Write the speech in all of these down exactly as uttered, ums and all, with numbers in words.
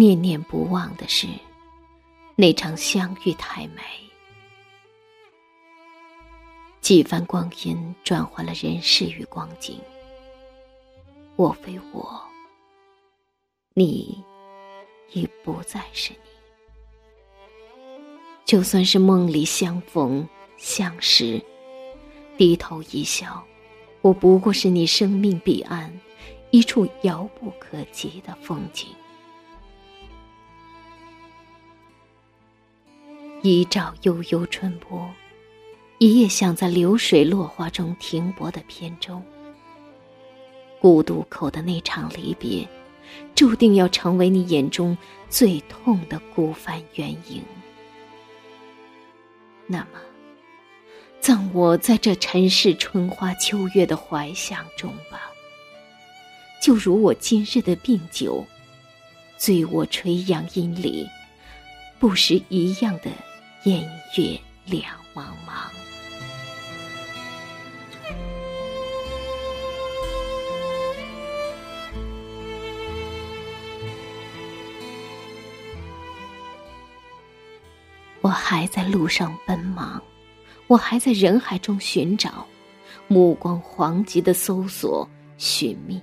念念不忘的是那场相遇太美。几番光阴转换了人世与光景，我非我，你已不再是你。就算是梦里相逢相识，低头一笑，我不过是你生命彼岸一处遥不可及的风景。一照悠悠春波，一夜像在流水落花中停泊的扁舟。孤独口的那场离别，注定要成为你眼中最痛的孤帆远影。那么葬我在这尘世春花秋月的怀想中吧，就如我今日的病酒，醉卧垂杨阴里，不识一样的烟月两茫茫。我还在路上奔忙，我还在人海中寻找，目光惶急的搜索寻觅。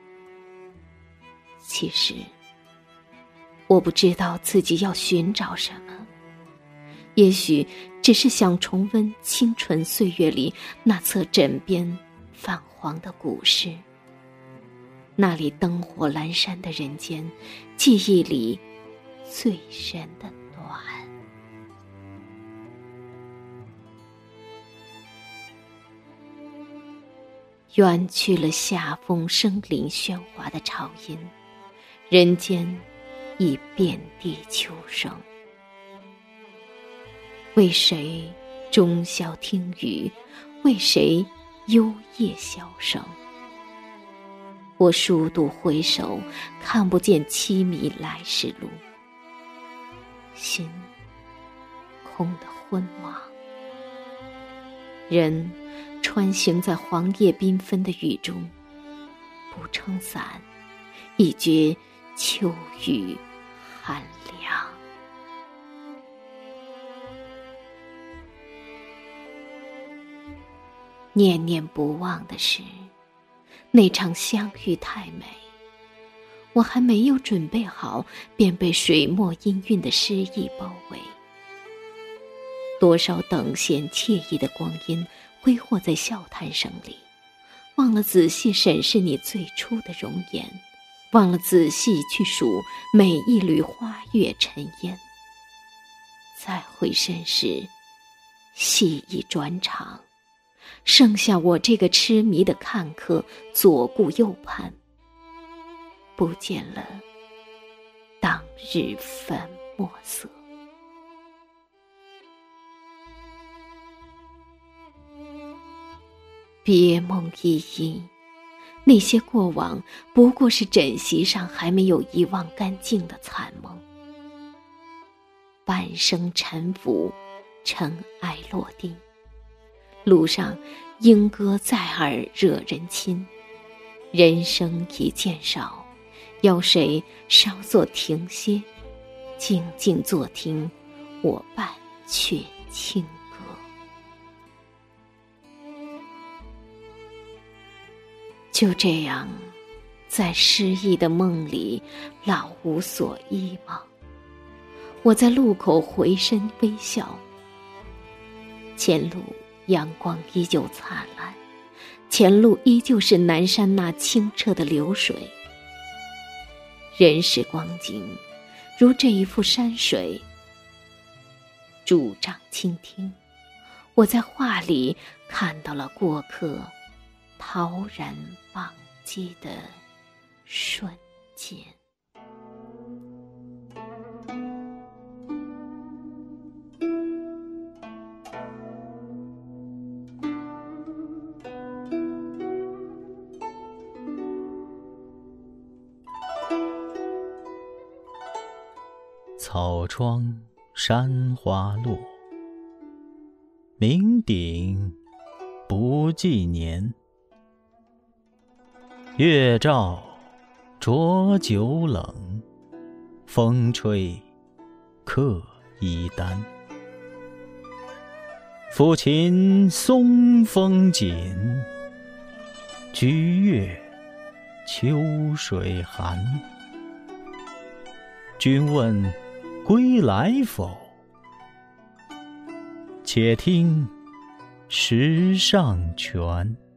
其实我不知道自己要寻找什么，也许只是想重温青春岁月里那册枕边泛黄的古诗，那里灯火阑珊的人间，记忆里最深的暖。远去了夏风生灵喧哗的潮音，人间已遍地秋声。为谁终宵听雨，为谁幽夜笑声？我数度回首，看不见凄迷来时路，心空得昏茫。人穿行在黄叶缤纷的雨中，不撑伞，一觉秋雨寒凉。念念不忘的是那场相遇太美，我还没有准备好，便被水墨氤氲的诗意包围。多少等闲惬意的光阴挥霍在笑谈声里，忘了仔细审视你最初的容颜，忘了仔细去数每一缕花月尘烟。再回身时，戏已转场，剩下我这个痴迷的看客，左顾右盼，不见了当日粉墨色。别梦依依，那些过往不过是枕席上还没有遗忘干净的残梦。半生沉浮，尘埃落定，路上莺歌在耳惹人亲，人生已渐少，邀谁稍作停歇，静静坐听我伴却轻歌。就这样在诗意的梦里老无所依吗？我在路口回身微笑，前路阳光依旧灿烂，前路依旧是南山那清澈的流水。人世光景如这一幅山水，拄杖倾听，我在画里看到了过客陶然忘记的瞬间。 草窗山花落，酩酊不计年。月照浊酒冷， 风吹客衣单。抚琴松风紧，居月秋水寒。君问归来否？且听石上泉。